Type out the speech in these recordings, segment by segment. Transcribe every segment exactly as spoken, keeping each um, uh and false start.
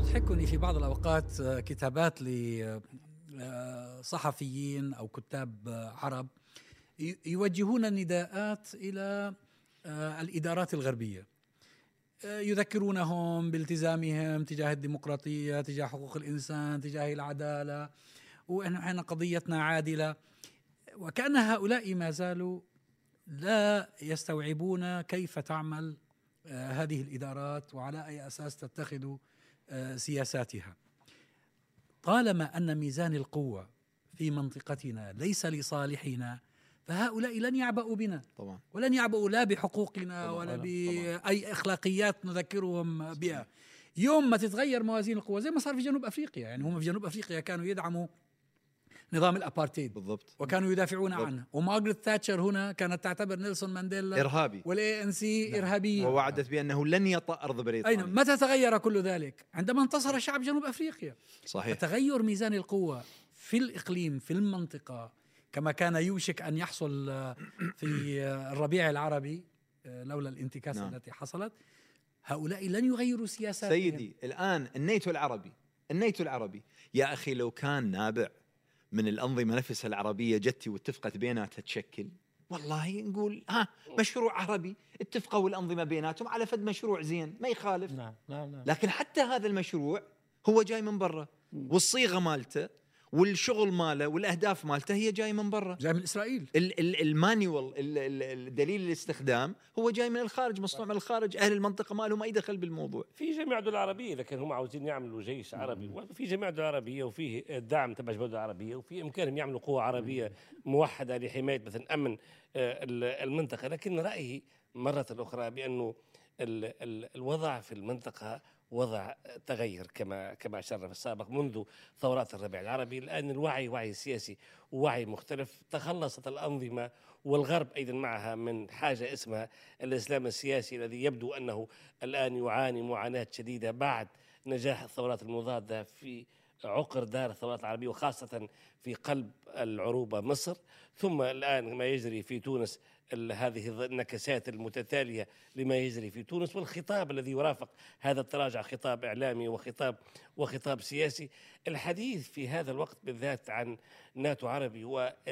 تضحكني في بعض الأوقات كتابات لصحفيين أو كتاب عرب يوجهون نداءات إلى الإدارات الغربية، يذكرونهم بالتزامهم تجاه الديمقراطية، تجاه حقوق الإنسان، تجاه العدالة، وأن قضيتنا عادلة، وكأن هؤلاء ما زالوا لا يستوعبون كيف تعمل هذه الإدارات وعلى أي أساس تتخذ سياساتها. طالما أن ميزان القوة في منطقتنا ليس لصالحنا، فهؤلاء لن يعبأوا بنا طبعا، ولن يعبأوا لا بحقوقنا طبعا ولا طبعا بأي أخلاقيات نذكرهم بها. يوم ما تتغير موازين القوة زي ما صار في جنوب أفريقيا، يعني هم في جنوب أفريقيا كانوا يدعموا نظام الأبارتيد بالضبط، وكانوا يدافعون بالضبط. عنه، ومارغريت تاتشر هنا كانت تعتبر نيلسون مانديلا إرهابي والإي إن سي إرهابيين، ووعدت بأنه لن يطأ أرض بريطانيا. أين متى تغير كل ذلك؟ عندما انتصر شعب جنوب أفريقيا. صحيح. فتغير ميزان القوة في الإقليم في المنطقة كما كان يوشك أن يحصل في الربيع العربي لولا الانتكاسة نعم. التي حصلت، هؤلاء لن يغيروا سياساتهم. سيدي الآن الناتو العربي الناتو العربي يا أخي لو كان نابع من الأنظمة نفسها العربية جتي واتفقت بيناتها تشكل، والله نقول ها مشروع عربي اتفقوا الأنظمة بيناتهم على فد مشروع زين ما يخالف. نعم نعم نعم. لكن حتى هذا المشروع هو جاي من برا، والصيغة مالته والشغل ماله والأهداف مالته هي جاي من برا، جاي من إسرائيل. المانيوال الدليل الاستخدام هو جاي من الخارج، مصنوع من الخارج، أهل المنطقة ما له ما يدخل بالموضوع. في جميع الدول العربية إذا كانوا هم عاوزين يعملوا جيش عربي، وفي جميع الدول العربية وفيه الدعم تبع الدول العربية، وفي إمكانهم يعملوا قوة عربية موحدة لحماية مثلا أمن المنطقة. لكن رأيي مرة أخرى بأنه الوضع في المنطقة وضع تغير كما كما أشرنا في السابق منذ ثورات الربيع العربي. الآن الوعي وعي سياسي ووعي مختلف، تخلصت الأنظمة والغرب أيضا معها من حاجة اسمها الإسلام السياسي الذي يبدو أنه الآن يعاني معاناة شديدة بعد نجاح الثورات المضادة في عقر دار الثورات العربية، وخاصة في قلب العروبة مصر، ثم الآن ما يجري في تونس، هذه النكسات المتتالية لما يجري في تونس، والخطاب الذي يرافق هذا التراجع خطاب إعلامي وخطاب وخطاب سياسي. الحديث في هذا الوقت بالذات عن ناتو عربي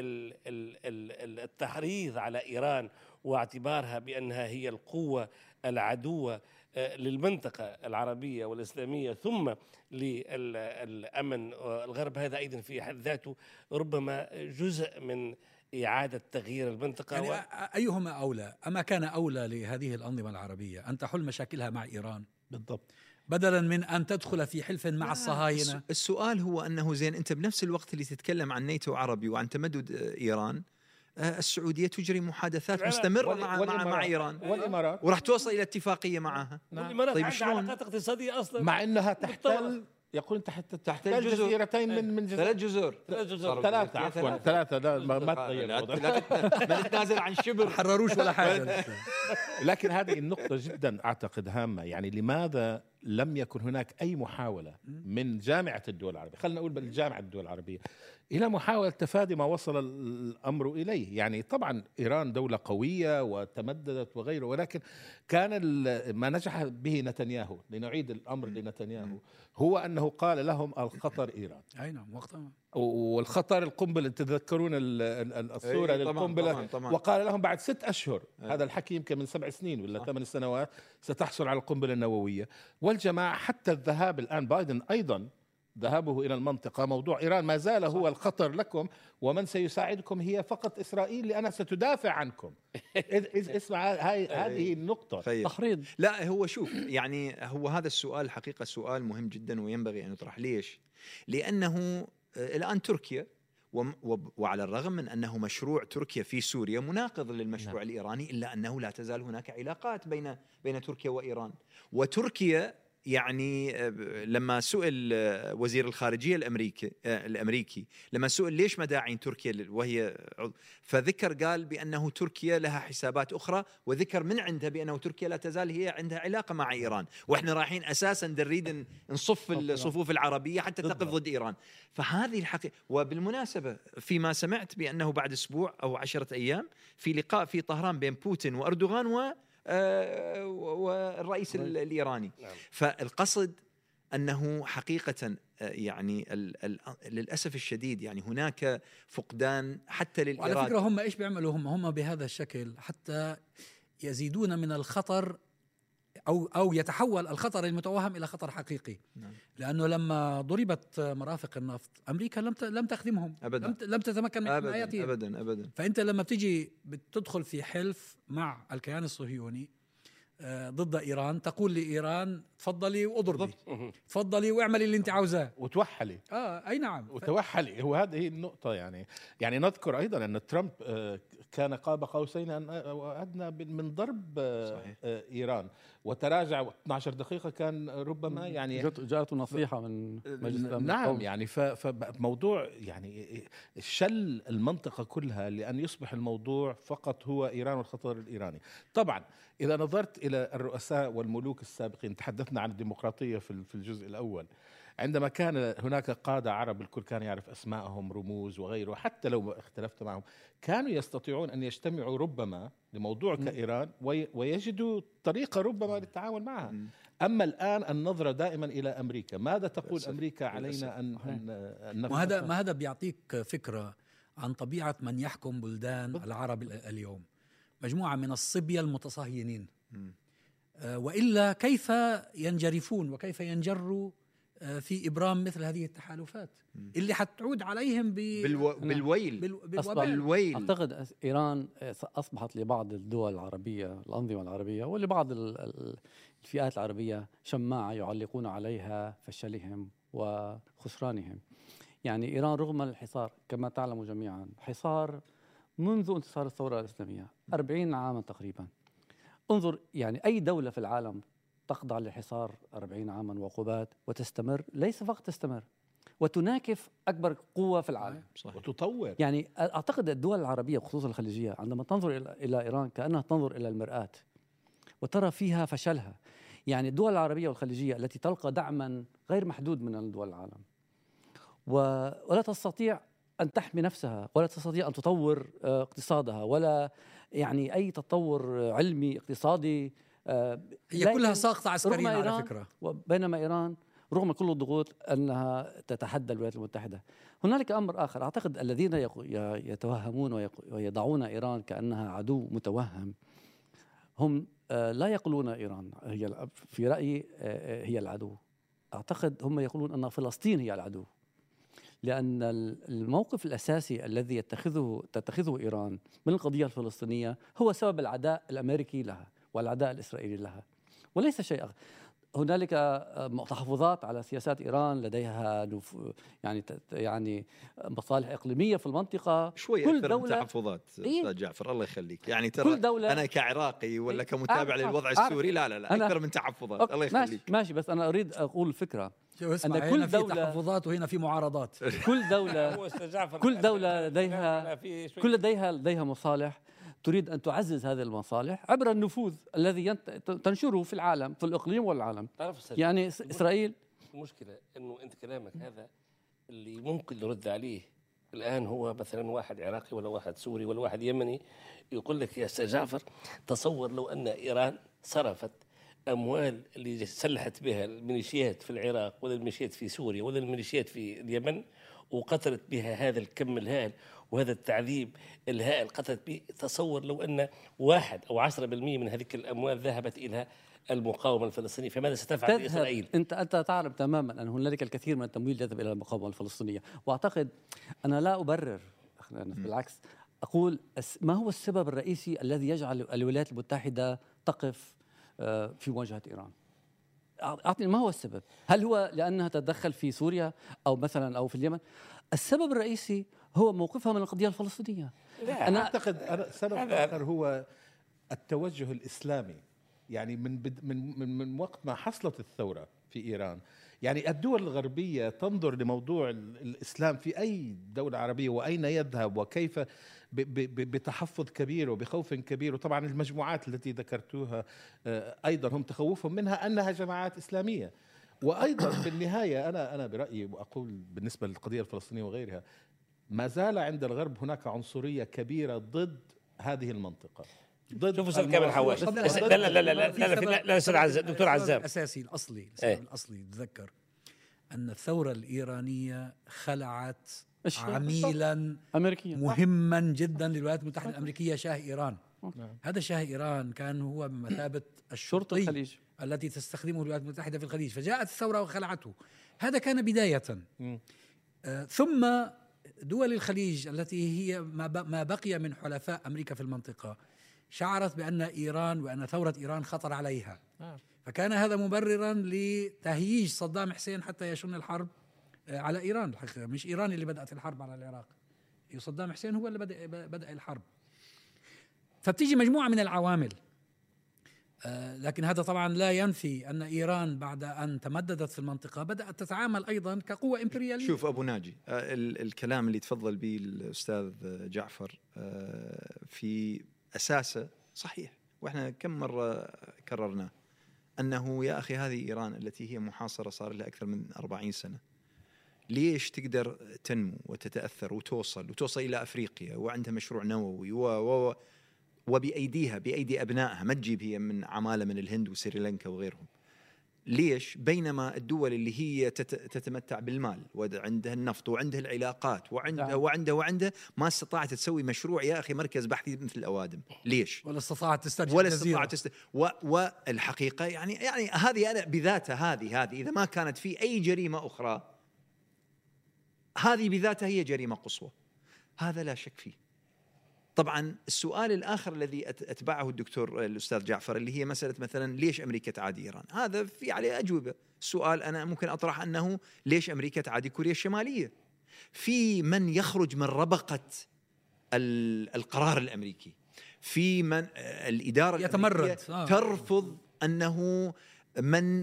والتحريض على إيران واعتبارها بأنها هي القوة العدوة للمنطقة العربية والإسلامية ثم للأمن الغرب، هذا أيضا في حد ذاته ربما جزء من إعادة تغيير المنطقة. يعني و... أيهما أولى؟ أما كان أولى لهذه الأنظمة العربية أن تحل مشاكلها مع إيران بالضبط بدلا من أن تدخل في حلف مع الصهاينة؟ السؤال هو أنه زين أنت بنفس الوقت اللي تتكلم عن ناتو عربي وعن تمدد إيران، السعودية تجري محادثات مستمرة مع مع مع إيران والإمارات، وراح توصل إلى اتفاقية معها. والإمارات طيب شلون؟ علاقات اقتصادية أصلا مع أنها تحتل، يقول تحت تحت جزيرتين من من ثلاث جزر ثلاثة عفوا ثلاثة لا ما تغير ما نتنازل عن شبر حرروش ولا حاجة. لكن هذه النقطة جدا أعتقد هامة. يعني لماذا لم يكن هناك أي محاولة من جامعة الدول العربية، خلينا نقول بالجامعة الدول العربية، إلى محاولة تفادي ما وصل الأمر إليه؟ يعني طبعا إيران دولة قوية وتمددت وغيره، ولكن كان ما نجح به نتنياهو، لنعيد الأمر لنتنياهو، هو أنه قال لهم الخطر إيران. أي نعم وقتها. والخطر القنبلة، تتذكرون الصورة للقنبلة، وقال لهم بعد ست أشهر، هذا الحكي يمكن من سبع سنين ولا ثمان سنوات، ستحصل على القنبلة النووية. والجماعة حتى الذهاب الآن بايدن أيضا ذهابه إلى المنطقة، موضوع إيران ما زال هو الخطر لكم، ومن سيساعدكم هي فقط إسرائيل لأنها ستدافع عنكم. اسمع هاي هذه النقطة تحريض. لا هو شوف، يعني هو هذا السؤال حقيقة سؤال مهم جدا وينبغي أن يطرح. ليش؟ لأنه الآن تركيا، وعلى الرغم من أنه مشروع تركيا في سوريا مناقض للمشروع نعم. الإيراني، إلا أنه لا تزال هناك علاقات بين بين تركيا وإيران. وتركيا يعني لما سئل وزير الخارجية الأمريكي الأمريكي لما سئل ليش مداعين تركيا وهي، فذكر قال بأنه تركيا لها حسابات أخرى، وذكر من عندها بأنه تركيا لا تزال هي عندها علاقة مع إيران، وإحنا رايحين أساسا نريد نصف الصفوف العربية حتى تقف ضد إيران. فهذه الحقيقة. وبالمناسبة فيما سمعت بأنه بعد أسبوع أو عشرة أيام في لقاء في طهران بين بوتين وأردوغان و والرئيس الإيراني. نعم. فالقصد أنه حقيقة يعني ال ال للأسف الشديد يعني هناك فقدان حتى للإرادة. وعلى فكرة هم إيش بيعملوا؟ هم هم بهذا الشكل حتى يزيدون من الخطر أو أو يتحول الخطر المتوهم إلى خطر حقيقي. نعم. لأنه لما ضربت مرافق النفط أمريكا لم لم تخدمهم أبدا. لم لم تتمكن من حمايتهم أبدا أبدا. فأنت لما بتيجي بتدخل في حلف مع الكيان الصهيوني ضد إيران، تقول لإيران تفضلي واضربي، تفضلي واعملي اللي أنت عاوزاه وتوحلي. آه أي نعم وتوحلي. هو هذه هي النقطة. يعني يعني نذكر أيضا أن ترامب كان قاب قوسين أو أدنى من ضرب صحيح. إيران، وتراجع اثنتي عشرة دقيقة كان ربما يعني جاءته نصيحة من مجلس الأمن. نعم يعني فموضوع يعني شل المنطقة كلها لأن يصبح الموضوع فقط هو إيران والخطر الإيراني. طبعا إذا نظرت إلى الرؤساء والملوك السابقين، تحدثنا عن الديمقراطية في الجزء الأول، عندما كان هناك قادة عرب الكل كان يعرف أسماءهم، رموز وغيره، حتى لو اختلفت معهم كانوا يستطيعون أن يجتمعوا ربما لموضوع كإيران ويجدوا طريقة ربما للتعامل معها. أما الآن النظرة دائما إلى أمريكا، ماذا تقول أمريكا علينا أن, أن ما هذا ما هذا بيعطيك فكرة عن طبيعة من يحكم بلدان العرب اليوم، مجموعة من الصبية المتصهينين. آه وإلا كيف ينجرفون وكيف ينجروا آه في إبرام مثل هذه التحالفات اللي حتعود عليهم بالو... بالويل بالو... بالويل. أعتقد إيران أصبحت لبعض الدول العربية، الأنظمة العربية ولبعض الفئات العربية شماعة يعلقون عليها فشلهم وخسرانهم. يعني إيران رغم الحصار كما تعلموا جميعا، حصار منذ انتصار الثورة الإسلامية أربعين عاما تقريبا. انظر يعني أي دولة في العالم تخضع لحصار أربعين عاما وعقوبات وتستمر، ليس فقط تستمر وتناكف أكبر قوة في العالم صحيح. وتطور. يعني أعتقد الدول العربية خصوصا الخليجية عندما تنظر إلى إيران كأنها تنظر إلى المرآة وترى فيها فشلها. يعني الدول العربية والخليجية التي تلقى دعما غير محدود من الدول العالم ولا تستطيع أن تحمي نفسها، ولا تستطيع أن تطور اقتصادها، ولا يعني أي تطور علمي اقتصادي. هي كلها ساقطة عسكريا على فكرة. بينما إيران رغم كل الضغوط أنها تتحدى الولايات المتحدة. هنالك أمر آخر، أعتقد الذين يتوهمون ويضعون إيران كأنها عدو متوهم هم لا يقولون إيران هي في رأيي هي العدو. أعتقد هم يقولون أن فلسطين هي العدو، لأن الموقف الأساسي الذي يتخذه تتخذه إيران من القضية الفلسطينية هو سبب العداء الأمريكي لها والعداء الإسرائيلي لها وليس شيء آخر. هنالك تحفظات على سياسات إيران، لديها يعني يعني مصالح إقليمية في المنطقة. شوي كل أكثر دولة من تحفظات إيه؟ أستاذ جعفر الله يخليك. يعني ترى أنا كعراقي ولا إيه؟ كمتابع أعرف للوضع أعرف السوري لا لا لا أكثر من تحفظات الله يخليك. ماشي, ماشي بس أنا أريد أقول الفكرة أن كل دولة في تحفظات وهنا في معارضات. كل دولة كل دولة لديها كل لديها لديها مصالح تريد أن تعزز هذه المصالح عبر النفوذ الذي تنشره في العالم في الإقليم والعالم. يعني إسرائيل المشكلة أنه أنت كلامك هذا اللي ممكن نرد عليه الآن هو مثلا واحد عراقي ولا واحد سوري ولا واحد يمني يقول لك يا أستاذ جعفر تصور لو أن إيران صرفت أموال اللي سلحت بها الميليشيات في العراق ولا الميليشيات في سوريا ولا الميليشيات في اليمن وقتلت بها هذا الكم الهائل وهذا التعذيب الهائل قتلت به. تصور لو أن واحد أو عشرة بالمئة من هذه الأموال ذهبت إلى المقاومة الفلسطينية، فماذا ستفعل إسرائيل؟ أنت أنت تعلم تماما أن هنالك الكثير من التمويل يذهب إلى المقاومة الفلسطينية. وأعتقد أنا لا أبرر، بالعكس أقول ما هو السبب الرئيسي الذي يجعل الولايات المتحدة تقف في مواجهة إيران؟ أعطني ما هو السبب؟ هل هو لأنها تتدخل في سوريا أو مثلا أو في اليمن؟ السبب الرئيسي هو موقفها من القضية الفلسطينية. أنا أعتقد سبب آخر هو التوجه الإسلامي. يعني من من من من وقت ما حصلت الثورة في إيران، يعني الدول الغربية تنظر لموضوع الإسلام في أي دولة عربية وأين يذهب وكيف بتحفظ كبير وبخوف كبير. وطبعا المجموعات التي ذكرتوها أيضا هم تخوفهم منها أنها جماعات إسلامية. وأيضا في النهاية أنا أنا برأيي وأقول بالنسبة للقضية الفلسطينية وغيرها ما زال عند الغرب هناك عنصرية كبيرة ضد هذه المنطقة. شوفوا استاذ كامل حواش. لا لا لا لا لا لا لا لا لا دكتور عزام الاساسي الاصلي ايه؟ الاصلي تذكر أن الثورة الإيرانية خلعت الشاه. عميلا أمريكيا مهما جدا للولايات المتحدة الأمريكية، شاه إيران. نعم. هذا شاه إيران كان هو بمثابة شرطة الشرطي الخليج التي تستخدمه الولايات المتحدة في الخليج، فجاءت الثورة وخلعته. هذا كان بداية. آه ثم دول الخليج التي هي ما بقي من حلفاء أمريكا في المنطقة شعرت بأن إيران وأن ثورة إيران خطر عليها، فكان هذا مبررا لتهييج صدام حسين حتى يشن الحرب على إيران. الحقيقة مش إيران اللي بدأت الحرب على العراق، صدام حسين هو اللي بدأ, بدأ الحرب. فبتيجي مجموعة من العوامل، آه لكن هذا طبعا لا ينفي أن إيران بعد أن تمددت في المنطقة بدأت تتعامل أيضا كقوة إمبريالية. شوف أبو ناجي، آه الكلام اللي تفضل به الأستاذ جعفر آه في أساسه صحيح، وإحنا كم مرة كررناه أنه يا أخي هذه إيران التي هي محاصرة صار لها أكثر من أربعين سنة، ليش تقدر تنمو وتتأثر وتوصل وتوصل إلى أفريقيا وعندها مشروع نووي و و وبأيديها بأيدي أبنائها، ما تجيب هي من عمالة من الهند وسريلانكا وغيرهم. ليش؟ بينما الدول اللي هي تتمتع بالمال وعندها النفط وعندها العلاقات وعندها وعندها وعندها ما استطاعت تسوي مشروع يا أخي مركز بحثي مثل الأوادم. ليش؟ ولا استطاعت تسترجع ولا استطاعت تست... و... والحقيقة يعني يعني هذه أنا بذاتها هذه هذه إذا ما كانت في أي جريمة أخرى، هذه بذاتها هي جريمة قصوى، هذا لا شك فيه. طبعا السؤال الآخر الذي أتبعه الدكتور الأستاذ جعفر اللي هي مسألة مثلا ليش أمريكا تعادي إيران، هذا في عليه أجوبة. السؤال أنا ممكن أطرح أنه ليش أمريكا تعادي كوريا الشمالية؟ في من يخرج من ربقة القرار الأمريكي، في من الإدارة يتمرد آه. ترفض أنه من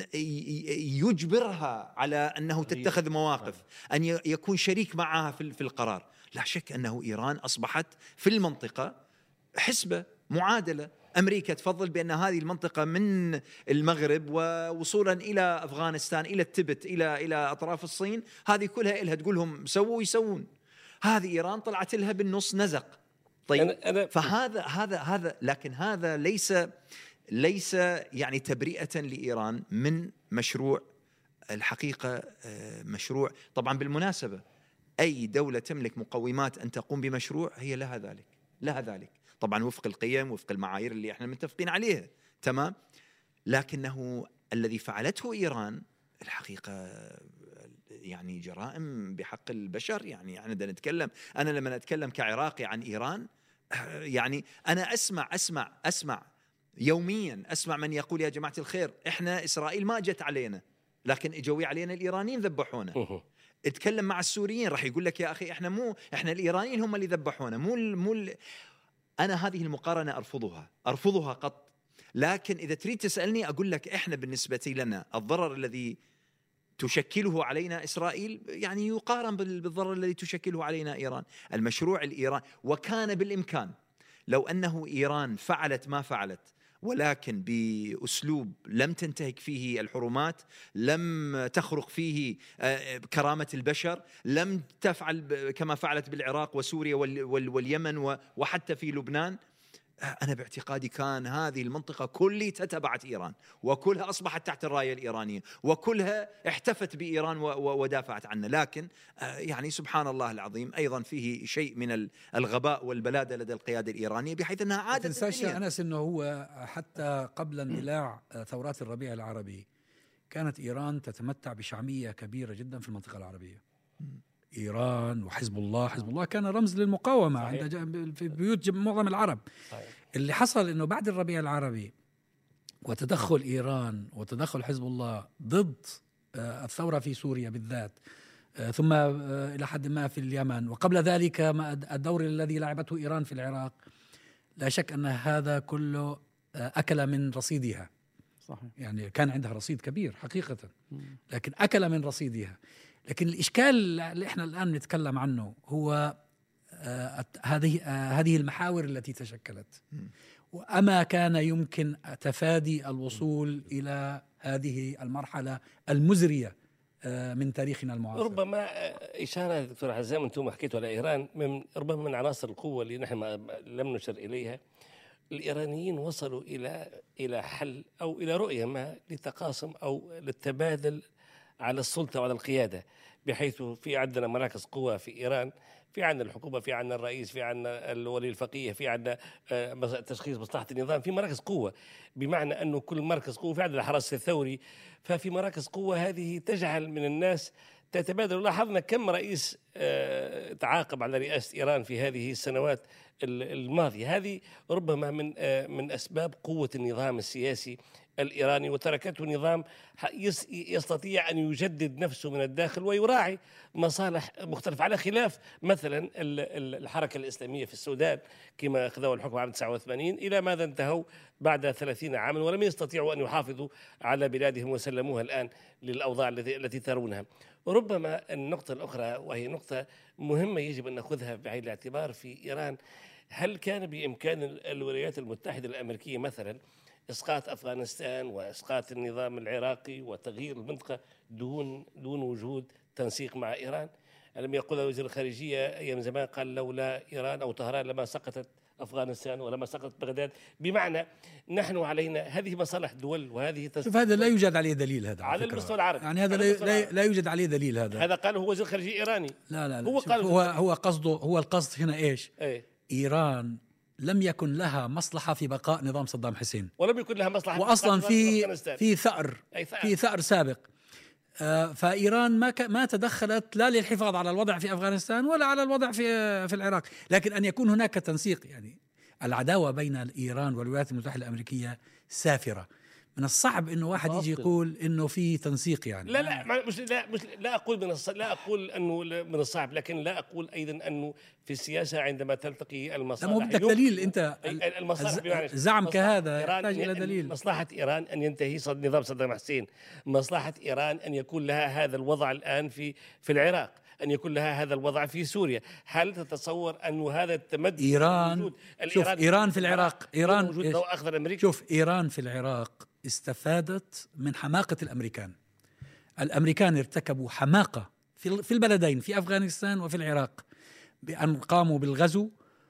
يجبرها على أنه تتخذ مواقف، أن يكون شريك معها في القرار. لا شك أنه إيران أصبحت في المنطقة حسبة معادلة. أمريكا تفضل بأن هذه المنطقة من المغرب ووصولا إلى أفغانستان إلى التبت إلى إلى أطراف الصين، هذه كلها إلها تقول لهم سووا يسوون. هذه إيران طلعت لها بالنص نزق. طيب أنا فهذا هذا هذا لكن هذا ليس ليس يعني تبرئة لإيران من مشروع. الحقيقة مشروع طبعا بالمناسبة أي دولة تملك مقومات أن تقوم بمشروع هي لها ذلك لها ذلك طبعا وفق القيم وفق المعايير اللي احنا متفقين عليها، تمام. لكنه الذي فعلته إيران الحقيقة يعني جرائم بحق البشر. يعني أنا بدنا نتكلم، أنا لما أتكلم كعراقي عن إيران يعني أنا أسمع أسمع أسمع يوميا أسمع من يقول يا جماعة الخير إحنا إسرائيل ما جت علينا لكن اجوا علينا الإيرانيين ذبحونا. اتكلم مع السوريين راح يقول لك يا أخي إحنا مو إحنا الإيرانيين هم اللي ذبحونا مو مو. أنا هذه المقارنة أرفضها أرفضها قط. لكن إذا تريد تسألني أقول لك إحنا بالنسبة لنا الضرر الذي تشكله علينا إسرائيل يعني يقارن بالضرر الذي تشكله علينا إيران. المشروع الإيراني وكان بالإمكان لو أنه إيران فعلت ما فعلت ولكن بأسلوب لم تنتهك فيه الحرمات، لم تخرق فيه كرامة البشر، لم تفعل كما فعلت بالعراق وسوريا واليمن وحتى في لبنان، أنا باعتقادي كان هذه المنطقة كلها تتبعت إيران وكلها أصبحت تحت الراية الإيرانية وكلها احتفت بإيران ودافعت عنه. لكن يعني سبحان الله العظيم أيضا فيه شيء من الغباء والبلادة لدى القيادة الإيرانية بحيث أنها عادت تنساش أنس أنه هو حتى قبل اندلاع ثورات الربيع العربي كانت إيران تتمتع بشعبية كبيرة جدا في المنطقة العربية. إيران وحزب الله، حزب الله كان رمز للمقاومة عند في بيوت معظم العرب. صحيح. اللي حصل إنه بعد الربيع العربي وتدخل إيران وتدخل حزب الله ضد الثورة في سوريا بالذات، ثم إلى حد ما في اليمن، وقبل ذلك الدور الذي لعبته إيران في العراق، لا شك أن هذا كله أكل من رصيدها. صحيح. يعني كان عندها رصيد كبير حقيقة، لكن أكل من رصيدها. لكن الإشكال اللي إحنا الآن نتكلم عنه هو آه هذه آه هذه المحاور التي تشكلت، وأما كان يمكن تفادي الوصول إلى هذه المرحلة المزرية آه من تاريخنا المعاصر. ربما إشارة دكتور عزام أنتم حكيتوا على إيران، من ربما من عناصر القوة اللي نحن لم نشر إليها. الإيرانيين وصلوا إلى إلى حل أو إلى رؤية ما لتقاسم أو للتبادل على السلطة وعلى القيادة، بحيث في عندنا مراكز قوة في إيران، في عندنا الحكومة، في عندنا الرئيس، في عندنا الولي الفقيه، في عندنا تشخيص مصلحة النظام، في مراكز قوة، بمعنى أنه كل مركز قوة، في عندنا الحرس الثوري، ففي مراكز قوة هذه تجعل من الناس تتبادل. لاحظنا كم رئيس تعاقب على رئاسة إيران في هذه السنوات الماضية. هذه ربما من من أسباب قوة النظام السياسي الإيراني، وتركته نظام يستطيع أن يجدد نفسه من الداخل ويراعي مصالح مختلفة، على خلاف مثلا الحركة الإسلامية في السودان كما أخذوا الحكم عام تسعة وثمانين إلى ماذا انتهوا بعد ثلاثين عاما ولم يستطيعوا أن يحافظوا على بلادهم وسلموها الآن للأوضاع التي ترونها. وربما النقطة الأخرى وهي نقطة مهمة يجب أن نأخذها بعين الاعتبار في إيران، هل كان بإمكان الولايات المتحدة الأمريكية مثلا إسقاط أفغانستان وإسقاط النظام العراقي وتغيير المنطقة دون دون وجود تنسيق مع إيران؟ لم يقل وزير الخارجية أيام زمان قال لولا إيران أو طهران لما سقطت أفغانستان ولما سقطت بغداد، بمعنى نحن علينا هذه مصالح دول وهذه شوف هذا لا يوجد عليه دليل، هذا على المستوى العربي يعني هذا لا, لا يوجد عليه دليل. هذا هذا قاله هو وزير الخارجية الإيراني. لا لا, لا هو قال هو هو قصده هو القصد هنا إيش؟ ايه؟ إيران لم يكن لها مصلحة في بقاء نظام صدام حسين، ولم يكن لها مصلحة، وأصلا في في ثأر في ثأر سابق. آه فإيران ما ما تدخلت لا للحفاظ على الوضع في أفغانستان ولا على الوضع في في العراق، لكن أن يكون هناك تنسيق. يعني العداوة بين إيران والولايات المتحدة الأمريكية سافرة، من الصعب انه واحد يجي يقول انه في تنسيق. يعني لا لا مش لا مش لا اقول من الصعب لا اقول انه من الصعب، لكن لا اقول ايضا انه في السياسه عندما تلتقي المصالح مو بدك دليل. انت المصالح زعمك هذا يحتاج الى دليل. مصلحه ايران ان ينتهي نظام صدام حسين، مصلحه ايران ان يكون لها هذا الوضع الان في في العراق، أن يكون لها هذا الوضع في سوريا. هل تتصور أن هذا التمدد إيران شوف إيران في العراق إيران شوف إيران في العراق استفادت من حماقة الأمريكان. الأمريكان ارتكبوا حماقة في البلدين في أفغانستان وفي العراق بأن قاموا بالغزو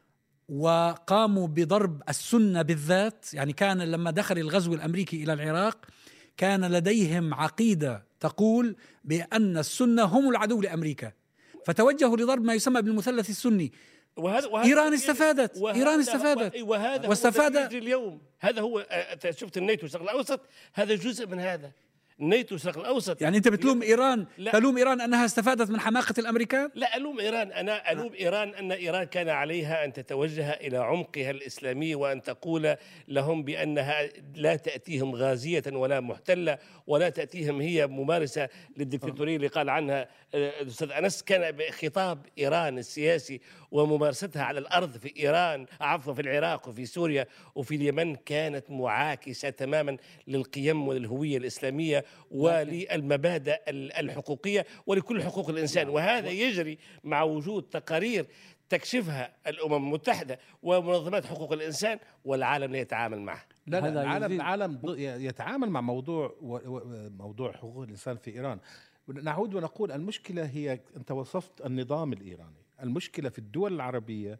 وقاموا بضرب السنة بالذات. يعني كان لما دخل الغزو الأمريكي إلى العراق كان لديهم عقيدة تقول بأن السنة هم العدو لأمريكا، فتوجهوا لضرب ما يسمى بالمثلث السني. وهذا وهذا إيران استفادت إيران استفادت وهذا واستفاد هو اليوم. هذا هو شفت الناتو الشرق الأوسط، هذا جزء من هذا الناتو الشرق الأوسط. يعني أنت بتلوم إيران لا. تلوم إيران أنها استفادت من حماقة الأمريكان؟ لا ألوم إيران، أنا ألوم إيران أن إيران كان عليها أن تتوجه إلى عمقها الإسلامي وأن تقول لهم بأنها لا تأتيهم غازية ولا محتلة ولا تأتيهم هي ممارسة للدكتاتورية اللي قال عنها الأستاذ أنس. كان خطاب إيران السياسي وممارستها على الأرض في إيران عفوا في العراق وفي سوريا وفي اليمن كانت معاكسة تماما للقيم وللهوية الإسلامية وللمبادئ الحقوقية ولكل حقوق الإنسان. وهذا يجري مع وجود تقارير تكشفها الأمم المتحدة ومنظمات حقوق الإنسان والعالم لا يتعامل معه. لا لا العالم العالم يتعامل مع موضوع موضوع حقوق الإنسان في إيران. نعود ونقول المشكلة هي أنت وصفت النظام الإيراني، المشكلة في الدول العربية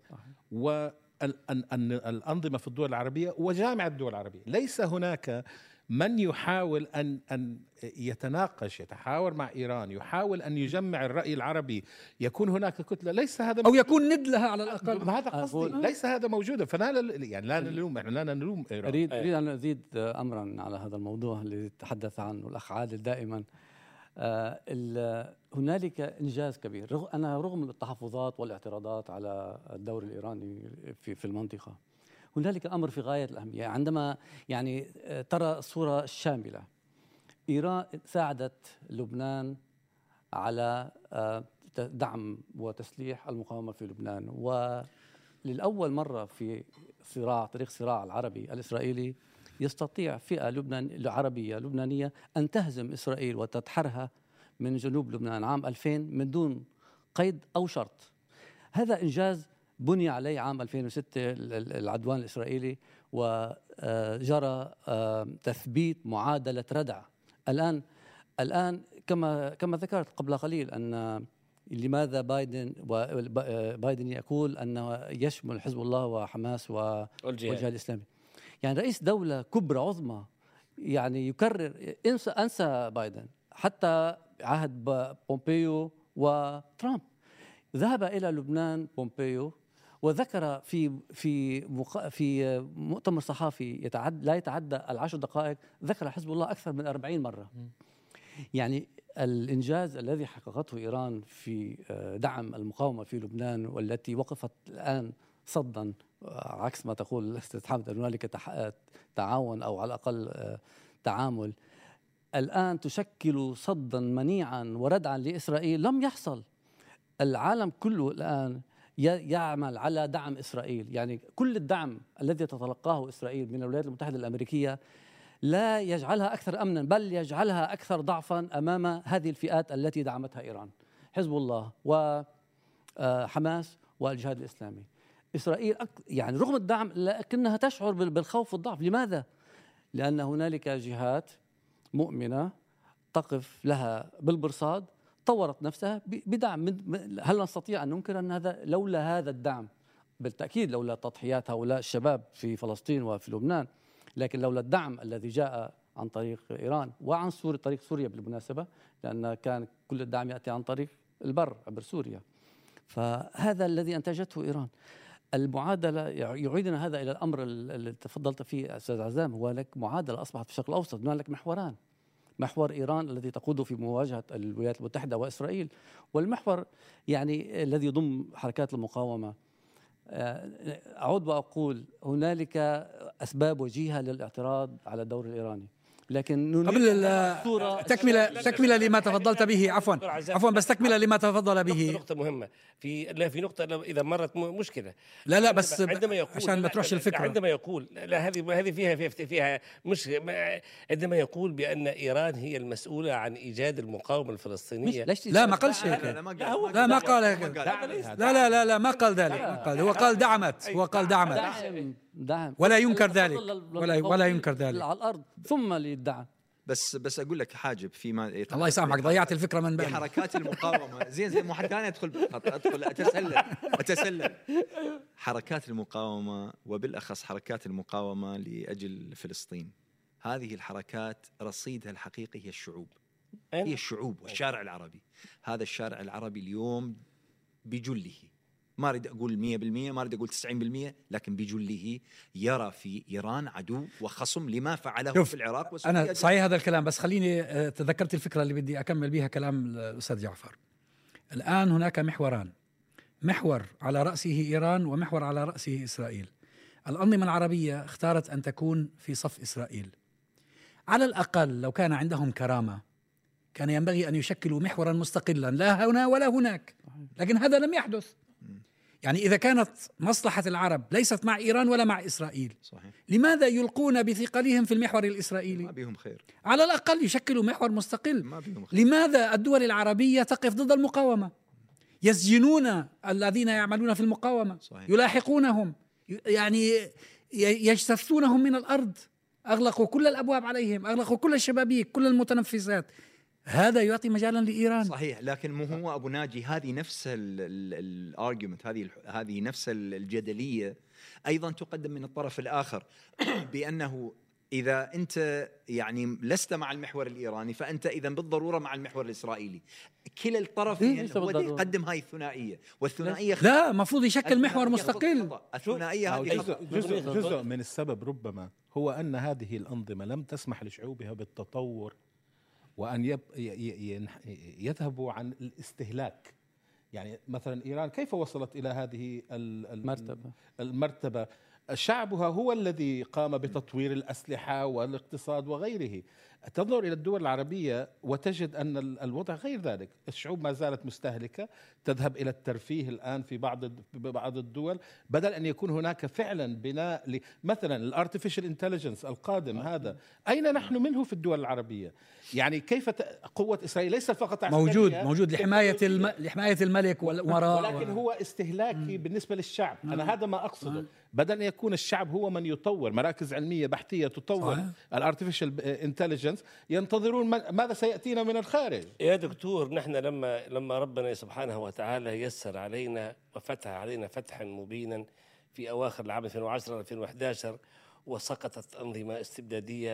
والأنظمة في الدول العربية وجامعة الدول العربية. ليس هناك من يحاول أن أن يتناقش يتحاور مع إيران، يحاول أن يجمع الرأي العربي، يكون هناك كتلة. ليس هذا أو يكون ند لها على الأقل. هذا قصدي، ليس هذا موجودا. فلا يعني لا نلوم احنا لا نلوم إيران. أريد أريد أن أزيد أمرا على هذا الموضوع اللي تحدث عنه الأخ عادل دائما. آه هنالك إنجاز كبير رغ أنا رغم التحفظات والاعتراضات على الدور الإيراني في في المنطقة، هنالك أمر في غاية الأهمية. عندما يعني ترى الصورة الشاملة، إيران ساعدت لبنان على دعم وتسليح المقاومة في لبنان، وللأول مرة في صراع تاريخ الصراع العربي الإسرائيلي يستطيع فئة لبنان عربية لبنانية أن تهزم إسرائيل وتدحرها من جنوب لبنان عام ألفين من دون قيد أو شرط. هذا إنجاز بني عليه عام ألفين وستة العدوان الإسرائيلي، وجرى تثبيت معادلة ردع. الآن الآن كما كما ذكرت قبل قليل أن لماذا بايدن بايدن يقول أنه يشمل حزب الله وحماس والجهاد الإسلامي. يعني رئيس دولة كبرى عظمى يعني يكرر انسى انسى بايدن حتى عهد بومبيو وترامب. ذهب إلى لبنان بومبيو وذكر في في في مؤتمر صحفي يتعد لا يتعدى العشر دقائق، ذكر حزب الله أكثر من أربعين مرة. يعني الإنجاز الذي حققته إيران في دعم المقاومة في لبنان، والتي وقفت الآن صدا عكس ما تقول أستاذ حامد أن هنالك تعاون أو على الأقل تعامل، الآن تشكل صدا منيعا وردعا لإسرائيل لم يحصل. العالم كله الآن يعمل على دعم إسرائيل، يعني كل الدعم الذي تتلقاه إسرائيل من الولايات المتحدة الأمريكية لا يجعلها أكثر أمنا، بل يجعلها أكثر ضعفا أمام هذه الفئات التي دعمتها إيران، حزب الله وحماس والجهاد الإسلامي. إسرائيل يعني رغم الدعم لكنها تشعر بالخوف والضعف. لماذا؟ لأن هنالك جهات مؤمنة تقف لها بالبرصاد، طورت نفسها بدعم. هل نستطيع أن ننكر أن هذا لولا هذا الدعم، بالتأكيد لولا تضحيات هؤلاء الشباب في فلسطين وفي لبنان، لكن لولا الدعم الذي جاء عن طريق إيران وعن سوريا، طريق سوريا بالمناسبة، لأن كان كل الدعم يأتي عن طريق البر عبر سوريا، فهذا الذي أنتجته إيران. المعادلة يعيدنا هذا إلى الأمر اللي تفضلت فيه أستاذ عزام، هو لك معادلة أصبحت في الشرق الأوسط، هنالك محوران: محور إيران الذي تقوده في مواجهة الولايات المتحدة وإسرائيل، والمحور يعني الذي يضم حركات المقاومة. أعود وأقول هنالك أسباب وجيهة للاعتراض على الدور الإيراني، لكن قبل تكملة تكملة لما تفضلت به، عفوا عفوا بس تكملة لما تفضل به. نقطة مهمة في لا في نقطة إذا مرت مشكلة. لا لا بس عندما يقول عشان ما تروحش الفكرة، عندما يقول لا هذه هذه فيها فيها فيها مش عندما يقول بأن إيران هي المسؤولة عن إيجاد المقاومة الفلسطينية. لا ما قالش هيك، لا ما قال هيك، لا لا لا لا ما قال ذلك، ما قال، هو قال دعمت، هو قال دعمت دعم ولا ينكر ذلك، ولا ولا ينكر ذلك على الأرض ثم للدعم. بس بس اقول لك حاجب فيما الله يسامحك ضيعت الفكره من بالي. حركات المقاومه زين زين مو حد ثاني يدخل بالخط، ادخل اتسلل اتسلل حركات المقاومه وبالاخص حركات المقاومه لاجل فلسطين، هذه الحركات رصيدها الحقيقي هي الشعوب، هي الشعوب والشارع العربي. هذا الشارع العربي اليوم بجله، ما أريد أقول مية بالمية، ما أريد أقول تسعين بالمية، لكن بجله يرى في إيران عدو وخصم لما فعله في العراق وسوريا. أنا صحيح هذا الكلام، بس خليني تذكرت الفكرة اللي بدي أكمل بها كلام الأستاذ جعفر. الآن هناك محوران، محور على رأسه إيران ومحور على رأسه إسرائيل. الأنظمة العربية اختارت أن تكون في صف إسرائيل. على الأقل لو كان عندهم كرامة كان ينبغي أن يشكلوا محورا مستقلا، لا هنا ولا هناك، لكن هذا لم يحدث. يعني إذا كانت مصلحة العرب ليست مع إيران ولا مع إسرائيل، صحيح، لماذا يلقون بثقلهم في المحور الإسرائيلي؟ ما بهم خير، على الأقل يشكلوا محور مستقل. ما بهم خير. لماذا الدول العربية تقف ضد المقاومة؟ يسجنون الذين يعملون في المقاومة، صحيح، يلاحقونهم، يعني يجتثونهم من الأرض، أغلقوا كل الأبواب عليهم، أغلقوا كل الشبابيك، كل المتنفسات. هذا يعطي مجالا لإيران. صحيح، لكن مو هو أبو ناجي هذه نفس الارجيومنت، هذه هذه نفس الجدلية أيضا تقدم من الطرف الآخر بأنه إذا أنت يعني لست مع المحور الإيراني فأنت إذا بالضرورة مع المحور الإسرائيلي. كلا الطرفين هو يقدم هاي الثنائية، والثنائية لا مفروض يشكل محور مستقل. الثنائية هذه جزء, جزء, جزء من السبب ربما هو أن هذه الأنظمة لم تسمح لشعوبها بالتطور وأن يب يذهبوا عن الاستهلاك. يعني مثلا إيران كيف وصلت إلى هذه المرتبة؟ المرتبة شعبها هو الذي قام بتطوير الأسلحة والاقتصاد وغيره. تنظر إلى الدول العربية وتجد أن الوضع غير ذلك، الشعوب ما زالت مستهلكة، تذهب إلى الترفيه الآن في بعض بعض الدول، بدل أن يكون هناك فعلا بناء مثلا الارتفيشال انتليجنس القادم. هذا أين نحن منه في الدول العربية؟ يعني كيف قوة إسرائيل ليس فقط موجود موجود لحماية الم... لحماية الملك والأمراء، ولكن هو استهلاكي بالنسبة للشعب. أنا هذا ما أقصده، بدل أن يكون الشعب هو من يطور مراكز علمية بحثية تطور الارتفيشال انتليجنس، ينتظرون ماذا سيأتينا من الخارج. يا دكتور، نحن لما لما ربنا سبحانه وتعالى يسر علينا وفتح علينا فتحا مبينا في أواخر العام ألفين وعشرة ألفين وأحد عشر، وسقطت أنظمة استبدادية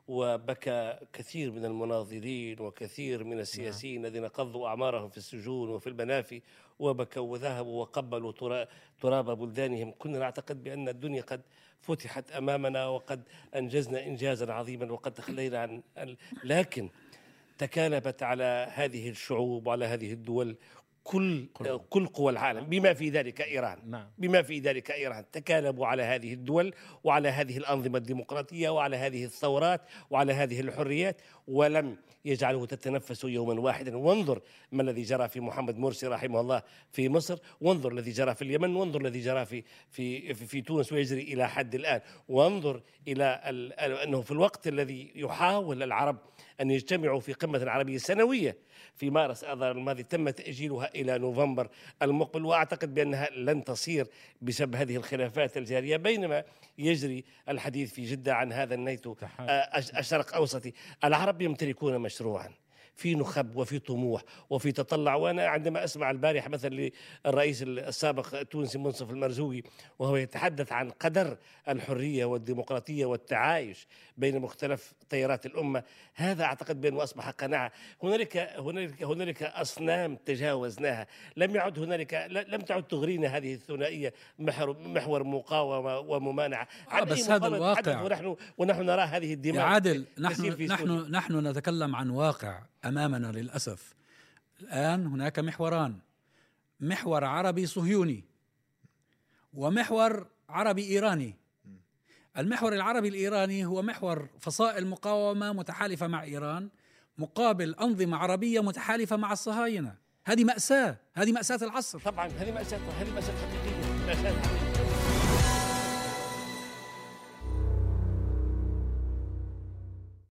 وبكى كثير من المناضلين وكثير من السياسيين الذين قضوا أعمارهم في السجون وفي المنافي، وبكوا وذهبوا وقبلوا تراب بلدانهم. كنا نعتقد بأن الدنيا قد فتحت أمامنا وقد أنجزنا إنجازا عظيما وقد تخلينا عن، لكن تكالبت على هذه الشعوب وعلى هذه الدول كل كل قوى العالم بما في ذلك إيران. نعم. بما في ذلك إيران تكالبوا على هذه الدول وعلى هذه الأنظمة الديمقراطية وعلى هذه الثورات وعلى هذه الحريات، ولم يجعله تتنفس يوما واحدا. وانظر ما الذي جرى في محمد مرسي رحمه الله في مصر، وانظر الذي جرى في اليمن، وانظر الذي جرى في في في, في تونس ويجري إلى حد الآن، وانظر إلى أنه في الوقت الذي يحاول العرب أن يجتمعوا في قمة عربية سنوية في مارس آذار الماضي تم تأجيلها إلى نوفمبر المقبل، وأعتقد بأنها لن تصير بسبب هذه الخلافات الجارية، بينما يجري الحديث في جدة عن هذا الناتو الشرق أوسطي. العرب يمتلكون مشروعا في نخب وفي طموح وفي تطلع. وأنا عندما أسمع البارحة مثلا للرئيس السابق التونسي منصف المرزوقي وهو يتحدث عن قدر الحرية والديمقراطية والتعايش بين مختلف تيارات الأمة، هذا أعتقد بأنه أصبح قناعة. هنالك هنالك هنالك أصنام تجاوزناها، لم يعد هنالك لم تعد تغرينا هذه الثنائية محور مقاومة وممانعة. آه بس هذا الواقع ونحن ونحن نرى هذه الدماء. يا عادل، نحن نحن نحن نتكلم عن واقع أمامنا للأسف. الآن هناك محوران، محور عربي صهيوني ومحور عربي إيراني. المحور العربي الإيراني هو محور فصائل مقاومة متحالفة مع إيران مقابل أنظمة عربية متحالفة مع الصهاينة. هذه مأساة، هذه مأساة العصر. طبعا هذه مأساة، هذه مأساة حقيقية، مأساة حقيقية.